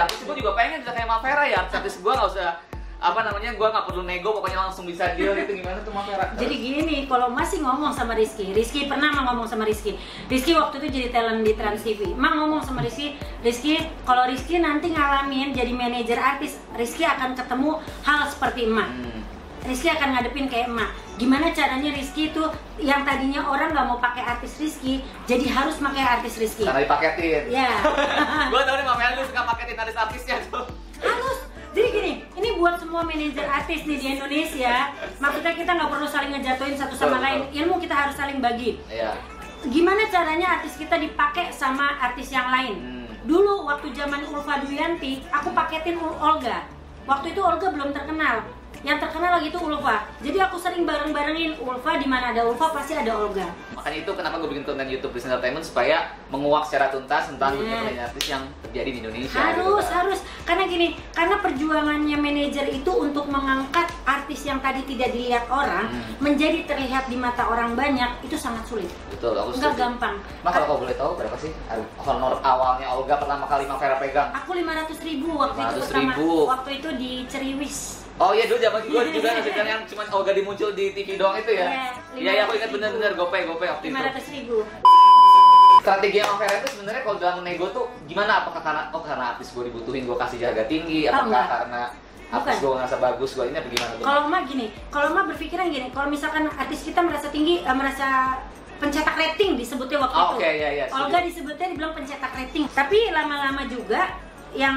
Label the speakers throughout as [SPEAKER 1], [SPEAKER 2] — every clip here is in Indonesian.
[SPEAKER 1] Iya, artis gue juga pengen bisa kayak Mavera ya. Artis gue nggak usah apa namanya, gue nggak perlu nego, pokoknya langsung bisa deal gitu. Gimana tuh Mavera?
[SPEAKER 2] Jadi gini, kalau masih ngomong sama Rizky pernah ngomong sama Rizky waktu itu jadi talent di Trans TV. Ngomong sama Rizky, kalau Rizky nanti ngalamin jadi manajer artis, Rizky akan ketemu hal seperti emak. Rizky akan ngadepin kayak emak. Gimana caranya Rizky itu yang tadinya orang nggak mau pakai artis Rizky, jadi harus pakai artis Rizky.
[SPEAKER 1] Karena dipaketin.
[SPEAKER 2] Ya.
[SPEAKER 1] Gue tau nih Mavera tuh suka paketin artis-artisnya tuh.
[SPEAKER 2] Harus. Jadi gini, ini buat semua manajer artis nih di Indonesia. Maksudnya kita nggak perlu saling ngejatuhin satu sama lain. Ilmu kita harus saling bagi.
[SPEAKER 1] Iya.
[SPEAKER 2] Gimana caranya artis kita dipakai sama artis yang lain? Dulu waktu zaman Ulfa Duyanti, aku paketin Olga. Waktu itu Olga belum terkenal. Yang terkenal lagi itu Ulfa. Jadi aku sering bareng-barengin Ulfa, di mana ada Ulfa pasti ada Olga.
[SPEAKER 1] Makanya itu kenapa gue bikin konten YouTube Breeze Entertainment, supaya menguak secara tuntas tentang dunia manajer artis yang terjadi di Indonesia.
[SPEAKER 2] Harus. Karena gini, karena perjuangannya manajer itu untuk mengangkat artis yang tadi tidak dilihat orang menjadi terlihat di mata orang banyak, itu sangat sulit.
[SPEAKER 1] Betul, aku
[SPEAKER 2] nggak gampang.
[SPEAKER 1] Kalau kau boleh tahu berapa sih honor awalnya Olga pertama kali Mavera pegang?
[SPEAKER 2] Aku 500.000 waktu itu pertama. Waktu itu di Ceriwis.
[SPEAKER 1] Oh iya, dulu zaman gue juga ngasihkan yang cuma Olga dimuncul di TV doang itu ya? Iya, aku ingat bener-bener gope waktu itu.
[SPEAKER 2] 500.000.
[SPEAKER 1] Strategi yang Mavera itu sebenarnya kalau dalam nego tuh gimana? Apakah karena artis gue dibutuhin gue kasih harga tinggi? Apakah karena artis gue ngerasa bagus gue ini apa gimana tuh?
[SPEAKER 2] Kalau emak gini, kalau emak berpikiran gini, kalau misalkan artis kita merasa tinggi, merasa pencetak rating disebutnya waktu itu.
[SPEAKER 1] Oke, iya,
[SPEAKER 2] Olga disebutnya dibilang pencetak rating. Tapi lama-lama juga yang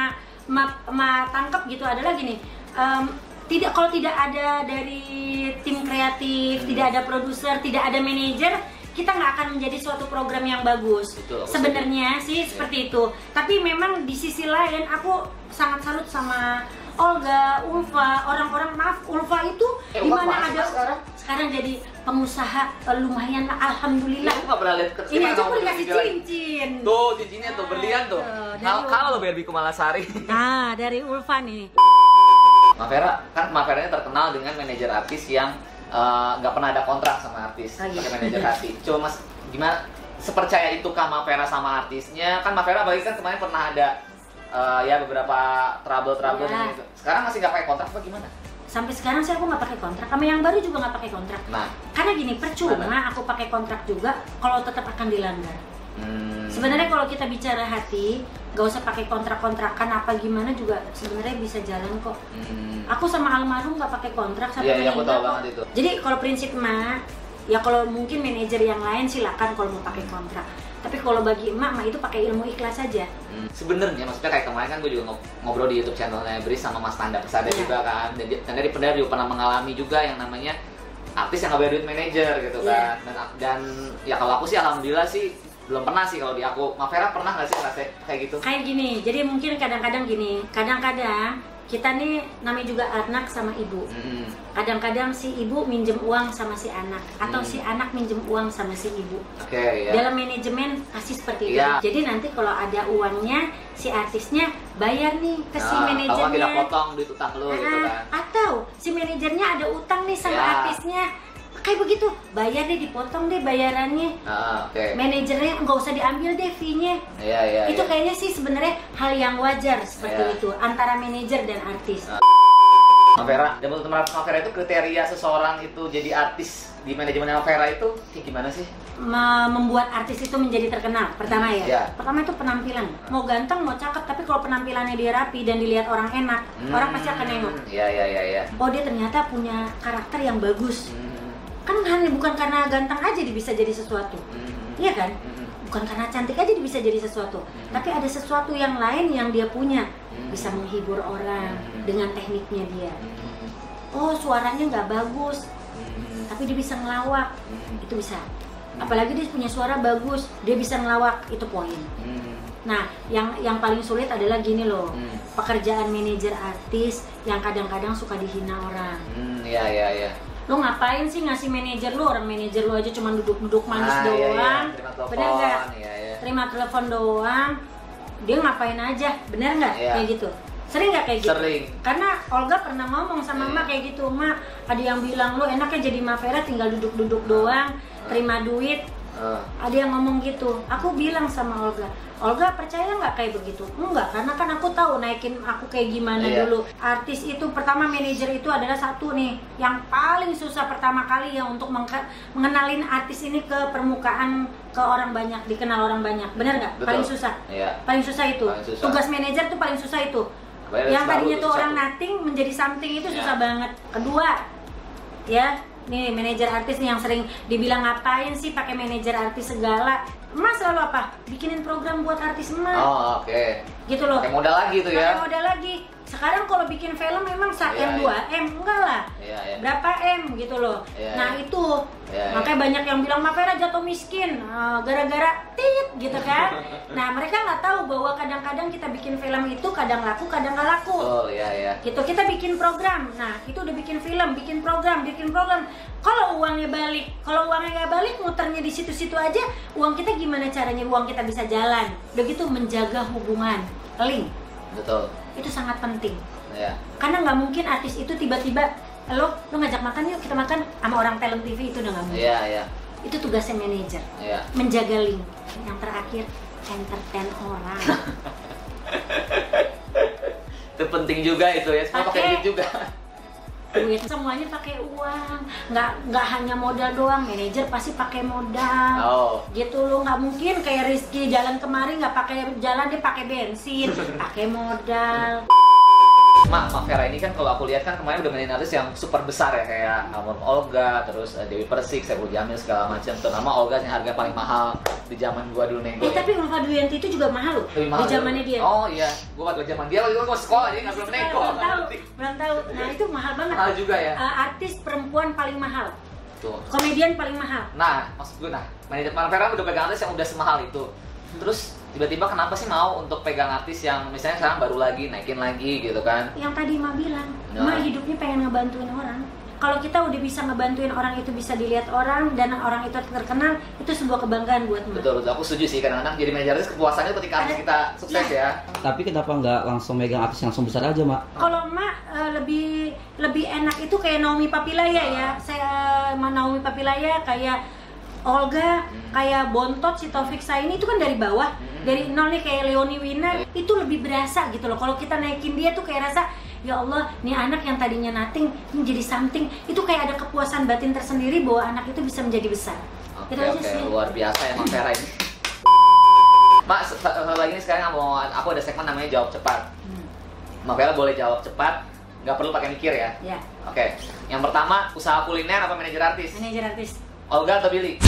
[SPEAKER 2] ma tangkap gitu adalah gini. Kalau tidak ada dari tim kreatif, tidak ada produser, tidak ada manajer, kita nggak akan menjadi suatu program yang bagus. Sebenarnya sih seperti itu. Tapi memang di sisi lain aku sangat salut sama Olga, Ulfa, orang-orang. Maaf, Ulfa itu di mana ada sekarang jadi pengusaha lumayan lah, alhamdulillah.
[SPEAKER 1] Aku nggak pernah lihat
[SPEAKER 2] ini aja aku dikasih cincin.
[SPEAKER 1] Tuh cincinnya tuh berlian tuh. Kalau lo Barbie Kumalasari.
[SPEAKER 2] Nah, dari Ulfa nih.
[SPEAKER 1] Mavera ini terkenal dengan manajer artis yang nggak pernah ada kontrak sama artis, pakai manajer artis. Coba Mas, gimana sepercaya itukah Mavera sama artisnya? Kan Mavera bagi kan kemarin pernah ada ya beberapa trouble gitu. Sekarang masih nggak pakai kontrak apa gimana?
[SPEAKER 2] Sampai sekarang sih aku nggak pakai kontrak, sama yang baru juga nggak pakai kontrak.
[SPEAKER 1] Nah,
[SPEAKER 2] karena gini, percuma aku pakai kontrak juga kalau tetap akan dilanggar. Sebenarnya kalau kita bicara hati, gak usah pakai kontrak-kontrakan apa gimana juga sebenarnya bisa jalan kok. Aku sama almarhum nggak pakai kontrak sampai meninggal kok. Jadi kalau prinsip mah, ya kalau mungkin manajer yang lain silakan kalau mau pakai kontrak. Tapi kalau bagi emak itu pakai ilmu ikhlas saja.
[SPEAKER 1] Sebenarnya maksudnya kayak kemarin kan gue juga ngobrol di YouTube channelnya Breeze sama Mas Tanda Pesada juga kan. Dan dari Pendar juga pernah mengalami juga yang namanya artis yang nggak bayar duit manajer gitu kan. Dan ya kalau aku sih alhamdulillah sih belum pernah sih. Kalau di aku, Mavera pernah nggak sih ngerasain kayak gitu?
[SPEAKER 2] Kayak gini, jadi mungkin kadang-kadang gini, kadang-kadang kita nih namanya juga anak sama ibu. Kadang-kadang si ibu minjem uang sama si anak, atau si anak minjem uang sama si ibu. Dalam manajemen pasti seperti itu. Jadi nanti kalau ada uangnya, si artisnya bayar nih ke si manajernya.
[SPEAKER 1] Kalau tidak potong duit utang lo gitu kan.
[SPEAKER 2] Atau si manajernya ada utang nih sama artisnya. Kayak begitu, bayar deh, dipotong deh bayarannya. Manajernya nggak usah diambil deh fee-nya. Itu kayaknya sih sebenarnya hal yang wajar seperti itu antara manajer dan artis.
[SPEAKER 1] Mavera, dan menurut Mavera itu kriteria seseorang itu jadi artis di manajemen Mavera itu kayak gimana sih?
[SPEAKER 2] Membuat artis itu menjadi terkenal. Pertama pertama itu penampilan. Mau ganteng, mau cakep, tapi kalau penampilannya dia rapi dan dilihat orang enak, orang pasti akan nengok. Oh, dia ternyata punya karakter yang bagus. Kan hanya bukan karena ganteng aja dia bisa jadi sesuatu, iya kan? Bukan karena cantik aja dia bisa jadi sesuatu, tapi ada sesuatu yang lain yang dia punya, bisa menghibur orang dengan tekniknya dia. Oh, suaranya nggak bagus, tapi dia bisa ngelawak, itu bisa. Apalagi dia punya suara bagus, dia bisa ngelawak, itu poin. Nah, yang paling sulit adalah gini loh, pekerjaan manajer artis yang kadang-kadang suka dihina orang. Lo ngapain sih ngasih manajer lo? Orang manajer lo aja cuma duduk-duduk manis doang. Bener nggak? Terima telepon doang. Dia ngapain aja? Bener nggak? Kayak gitu. Sering nggak kayak gitu?
[SPEAKER 1] Sering.
[SPEAKER 2] Karena Olga pernah ngomong sama Mak kayak gitu. Mak, ada yang bilang lo enaknya jadi Mavera tinggal duduk-duduk doang, terima duit. Ada yang ngomong gitu. Aku bilang sama Olga, Olga percaya nggak kayak begitu? Enggak, karena kan aku tahu naikin aku kayak gimana dulu. Artis itu pertama, manajer itu adalah satu nih yang paling susah pertama kali ya untuk mengenalin artis ini ke permukaan, ke orang banyak, dikenal orang banyak. Bener nggak? Paling susah. Paling susah itu. Tugas manajer tuh paling susah itu. Yang tadinya tuh orang nothing menjadi something itu susah banget. Kedua, ya. Nih manajer artis nih yang sering dibilang ngapain sih pakai manajer artis segala. Emas selalu apa? Bikinin program buat artis emas.
[SPEAKER 1] Oh, oke.
[SPEAKER 2] Gitu loh.
[SPEAKER 1] Pakai modal lagi tuh ya.
[SPEAKER 2] Pakai modal lagi. Sekarang kalau bikin film memang 1M, 2M, enggak lah. Berapa M gitu loh. Nah, itu. Makanya banyak yang bilang Mavera jatuh miskin gara-gara tit gitu kan. Nah, mereka nggak tahu bahwa kadang-kadang kita bikin film itu kadang laku, kadang nggak laku.
[SPEAKER 1] Oh, iya.
[SPEAKER 2] Gitu, kita bikin program. Nah, itu udah bikin film, bikin program. Kalau uangnya balik, kalau uangnya nggak balik, muternya di situ-situ aja, uang kita gimana caranya uang kita bisa jalan? Udah gitu menjaga hubungan, link.
[SPEAKER 1] Betul.
[SPEAKER 2] Itu sangat penting. Karena nggak mungkin artis itu tiba-tiba lo ngajak makan yuk kita makan sama orang talent TV, itu udah nggak mungkin. Itu tugasnya manajer. Menjaga link. Yang terakhir entertain orang.
[SPEAKER 1] Itu penting juga itu ya. Semua pakai duit juga.
[SPEAKER 2] Duit semuanya pakai uang, nggak hanya modal doang. Manajer pasti pakai modal. Gitu loh, nggak mungkin kayak Rizky jalan kemari nggak pakai jalan, dia pakai bensin, pakai modal.
[SPEAKER 1] Mavera ini kan kalau aku lihat kan kemarin udah mainin artis yang super besar ya, kayak Amor Olga, terus Dewi Persik, Saiful Jamil segala macam. Terutama Olga yang harga paling mahal di zaman gua dulu nego.
[SPEAKER 2] Tapi Ulfa Dwiyanti itu juga mahal loh. Di zamannya dia.
[SPEAKER 1] Oh iya, gua waktu zaman dia waktu gua sekolah jadi nggak belum nego.
[SPEAKER 2] Belum tahu. Nah itu mahal banget.
[SPEAKER 1] Mahal juga ya.
[SPEAKER 2] Artis perempuan paling mahal.
[SPEAKER 1] Tuh.
[SPEAKER 2] Komedian paling mahal.
[SPEAKER 1] Nah, maksud gue, manajer Mavera udah pegang artis yang udah semahal itu. Terus tiba-tiba kenapa sih mau untuk pegang artis yang misalnya sekarang baru lagi naikin lagi gitu kan?
[SPEAKER 2] Yang tadi Ma bilang, Ma hidupnya pengen ngebantuin orang. Kalau kita udah bisa ngebantuin orang, itu bisa dilihat orang dan orang itu terkenal, itu sebuah kebanggaan buat Ma.
[SPEAKER 1] Betul, aku setuju sih. Kadang-kadang jadi manajer artis kepuasannya ketika artis kita sukses ya.
[SPEAKER 3] Tapi kenapa nggak langsung megang artis yang langsung besar aja, Mak?
[SPEAKER 2] Kalau Ma lebih enak itu kayak Naomi Papilaya ya. Saya Naomi Papilaya kayak Olga, kayak Bontot, si Taufik Saini itu kan dari bawah, dari nol nih, kayak Leonie Wina, itu lebih berasa gitu loh. Kalau kita naikin dia tuh kayak rasa, ya Allah, nih anak yang tadinya nothing menjadi something, itu kayak ada kepuasan batin tersendiri bahwa anak itu bisa menjadi besar.
[SPEAKER 1] Oke, luar biasa ya Mavera ini. Mak, lagi ini sekarang aku ada segmen namanya jawab cepat. Mavera boleh jawab cepat, nggak perlu pakai mikir ya. Oke, yang pertama, usaha kuliner apa manajer artis?
[SPEAKER 2] Manajer artis.
[SPEAKER 1] Olga atau Billy?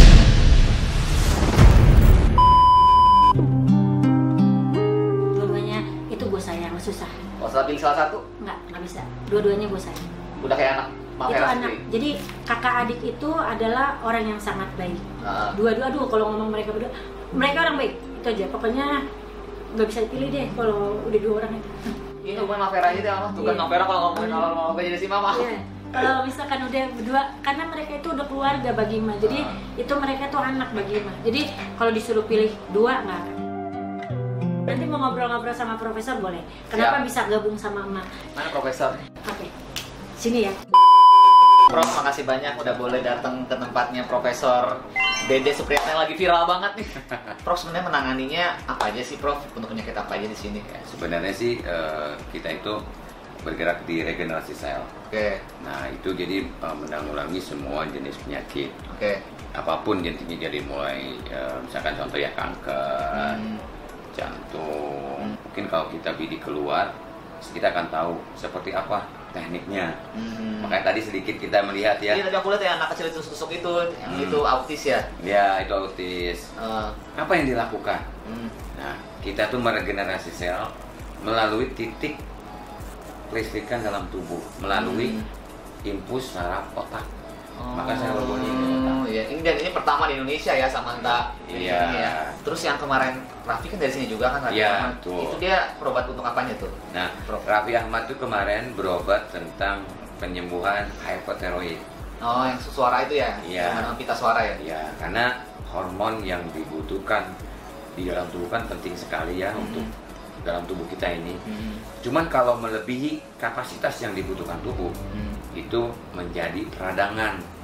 [SPEAKER 2] Dua-duanya itu gue sayang, susah.
[SPEAKER 1] Setelah pilih salah satu?
[SPEAKER 2] Nggak bisa. Dua-duanya gue sayang.
[SPEAKER 1] Udah kayak anak Mavera
[SPEAKER 2] itu anak.
[SPEAKER 1] sendiri?
[SPEAKER 2] Jadi kakak adik itu adalah orang yang sangat baik. Dua-dua, kalau ngomong mereka berdua, mereka orang baik. Itu aja. Pokoknya nggak bisa dipilih deh kalau udah dua orang itu.
[SPEAKER 1] Ini bukan Mavera aja deh, Tuh kan Mavera kalau ngomongin orang Olga jadi si Mama.
[SPEAKER 2] Kalau misalkan udah berdua, karena mereka itu udah keluarga bagi Ma, jadi itu mereka tuh anak bagi Ma. Jadi kalau disuruh pilih dua, nggak akan. Nanti mau ngobrol-ngobrol sama Profesor boleh. Kenapa bisa gabung sama Ma?
[SPEAKER 1] Mana Profesor?
[SPEAKER 2] Oke, sini ya.
[SPEAKER 1] Prof, makasih banyak udah boleh datang ke tempatnya Profesor Dede Supriyatna yang lagi viral banget nih. Prof, sebenarnya menanganinya apa aja sih, Prof? Untuk penyakit apa aja di sini?
[SPEAKER 4] Sebenarnya sih kita itu bergerak di regenerasi sel. Nah itu jadi menanggulangi semua jenis penyakit. Apapun jenisnya, jadi mulai misalkan contoh ya kanker, jantung. Mungkin kalau kita bidik keluar, kita akan tahu seperti apa tekniknya. Makanya tadi sedikit kita melihat ya.
[SPEAKER 1] Iya, tadi aku lihat ya anak kecil itu tusuk itu, yang itu autis ya.
[SPEAKER 4] Ya itu autis. Apa yang dilakukan? Nah kita tuh meregenerasi sel melalui titik kelistrikan dalam tubuh, melalui impuls saraf otak. Maka saya logonya ini otak.
[SPEAKER 1] Iya, ini pertama di Indonesia ya, Samantha.
[SPEAKER 4] Iya.
[SPEAKER 1] Terus yang kemarin Raffi kan dari sini juga kan?
[SPEAKER 4] Iya,
[SPEAKER 1] itu dia berobat untuk apanya tuh?
[SPEAKER 4] Nah, Raffi Ahmad tuh kemarin berobat tentang penyembuhan hypotiroid.
[SPEAKER 1] Oh, yang suara itu ya?
[SPEAKER 4] Iya.
[SPEAKER 1] Pita suara ya?
[SPEAKER 4] Iya, karena hormon yang dibutuhkan di dalam tubuh kan penting sekali ya untuk dalam tubuh kita ini. Cuman kalau melebihi kapasitas yang dibutuhkan tubuh, itu menjadi peradangan.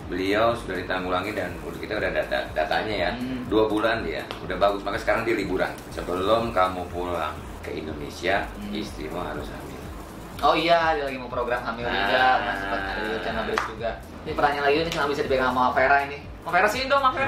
[SPEAKER 4] beliau sudah ditanggulangi dan kita udah datanya ya. 2 bulan dia udah bagus, maka sekarang dia liburan. Sebelum kamu pulang ke Indonesia, istrimu harus hamil.
[SPEAKER 1] Oh iya, dia lagi mau program hamil juga, nah sempat ada di channel Brisk juga. Ini pertanyaan lagi nih, kenapa bisa dipegang sama Vera ini? Vera sini dong, Vera.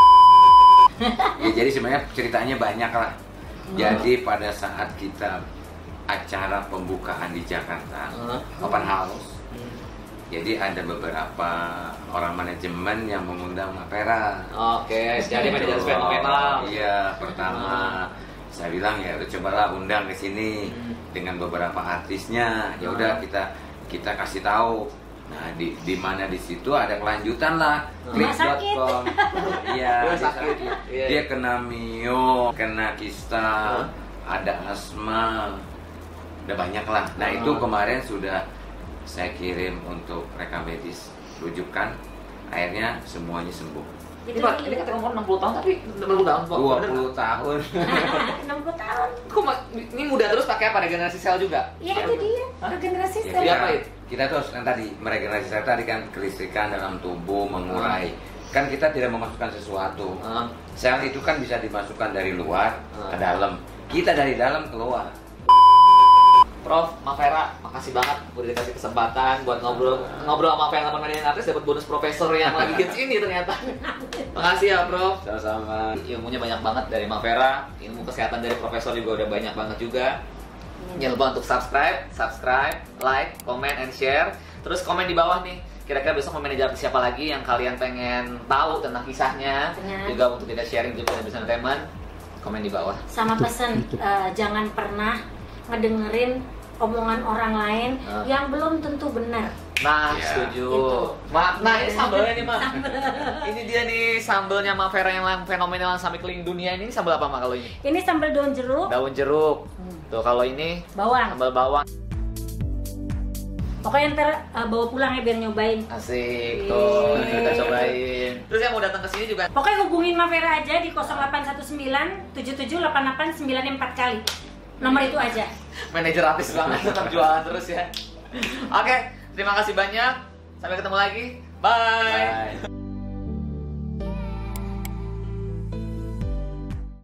[SPEAKER 4] Ya, jadi sebenarnya ceritanya banyak lah. Jadi pada saat kita acara pembukaan di Jakarta, open house, jadi ada beberapa orang manajemen yang mengundang Mbak Vera.
[SPEAKER 1] Oke, jadi manajer fenomenal.
[SPEAKER 4] Iya, pertama saya bilang ya udah cobalah undang ke sini dengan beberapa artisnya. Ya udah kita kasih tahu. Nah, di mana di situ ada kelanjutan lah. Klik.com. Iya, dia kena mio, kena kista, ada asma. Udah banyak lah. Nah, itu kemarin sudah saya kirim untuk rekam medis rujukan, akhirnya semuanya sembuh.
[SPEAKER 1] Ini Pak, ini katanya umur 60 tahun tapi 60 tahun Pak.
[SPEAKER 4] 20 tahun.
[SPEAKER 2] 60 tahun.
[SPEAKER 1] Kok ini muda terus pakai apa? Regenerasi sel juga?
[SPEAKER 2] Iya itu dia, regenerasi
[SPEAKER 4] Ya,
[SPEAKER 2] sel.
[SPEAKER 1] Iya, Pak.
[SPEAKER 4] kita tuh kan tadi meregenerasi sel tadi kan kelistrikan dalam tubuh mengurai. Kan kita tidak memasukkan sesuatu. Sel itu kan bisa dimasukkan dari luar ke dalam. Kita dari dalam keluar.
[SPEAKER 1] Prof, Mbak Vera, makasih banget udah dikasih kesempatan buat ngobrol sama Vera Manajemen Artis, dapat bonus profesor yang lagi hits ini ternyata. Makasih ya, Prof.
[SPEAKER 4] Sama-sama.
[SPEAKER 1] Ilmunya banyak banget dari Mbak Vera, ilmu kesehatan dari profesor juga udah banyak banget juga. Jangan lupa untuk subscribe, like, comment, and share. Terus komen di bawah nih, kira-kira besok mau manajer siapa lagi yang kalian pengen tahu tentang kisahnya. Juga untuk kita sharing juga di Brisk Entertainment, komen di bawah.
[SPEAKER 2] Sama pesan, jangan pernah ngedengerin omongan orang lain yang belum tentu benar.
[SPEAKER 1] Nah,
[SPEAKER 4] Ya.
[SPEAKER 1] setuju.
[SPEAKER 2] Itu.
[SPEAKER 1] Nah, ini sambalnya nih, Mak. Ini dia nih sambalnya Mbak Vera yang fenomenal sampai keliling dunia ini. Sambal apa, Mak, kalau ini?
[SPEAKER 2] Ini sambal daun jeruk,
[SPEAKER 1] Daun jeruk. Tuh, kalau ini
[SPEAKER 2] bawang.
[SPEAKER 1] sambal bawang.
[SPEAKER 2] Pokoknya ntar bawa pulang ya biar nyobain.
[SPEAKER 1] Asik. Tuh, kita cobain. Terus yang mau datang ke sini juga
[SPEAKER 2] Pokoknya hubungin Mbak Vera aja di 0819 7788 94 kali. Nomor itu aja.
[SPEAKER 1] manajer artis banget, tetap jualan terus ya. Oke, terima kasih banyak. Sampai ketemu lagi. Bye.
[SPEAKER 4] Bye.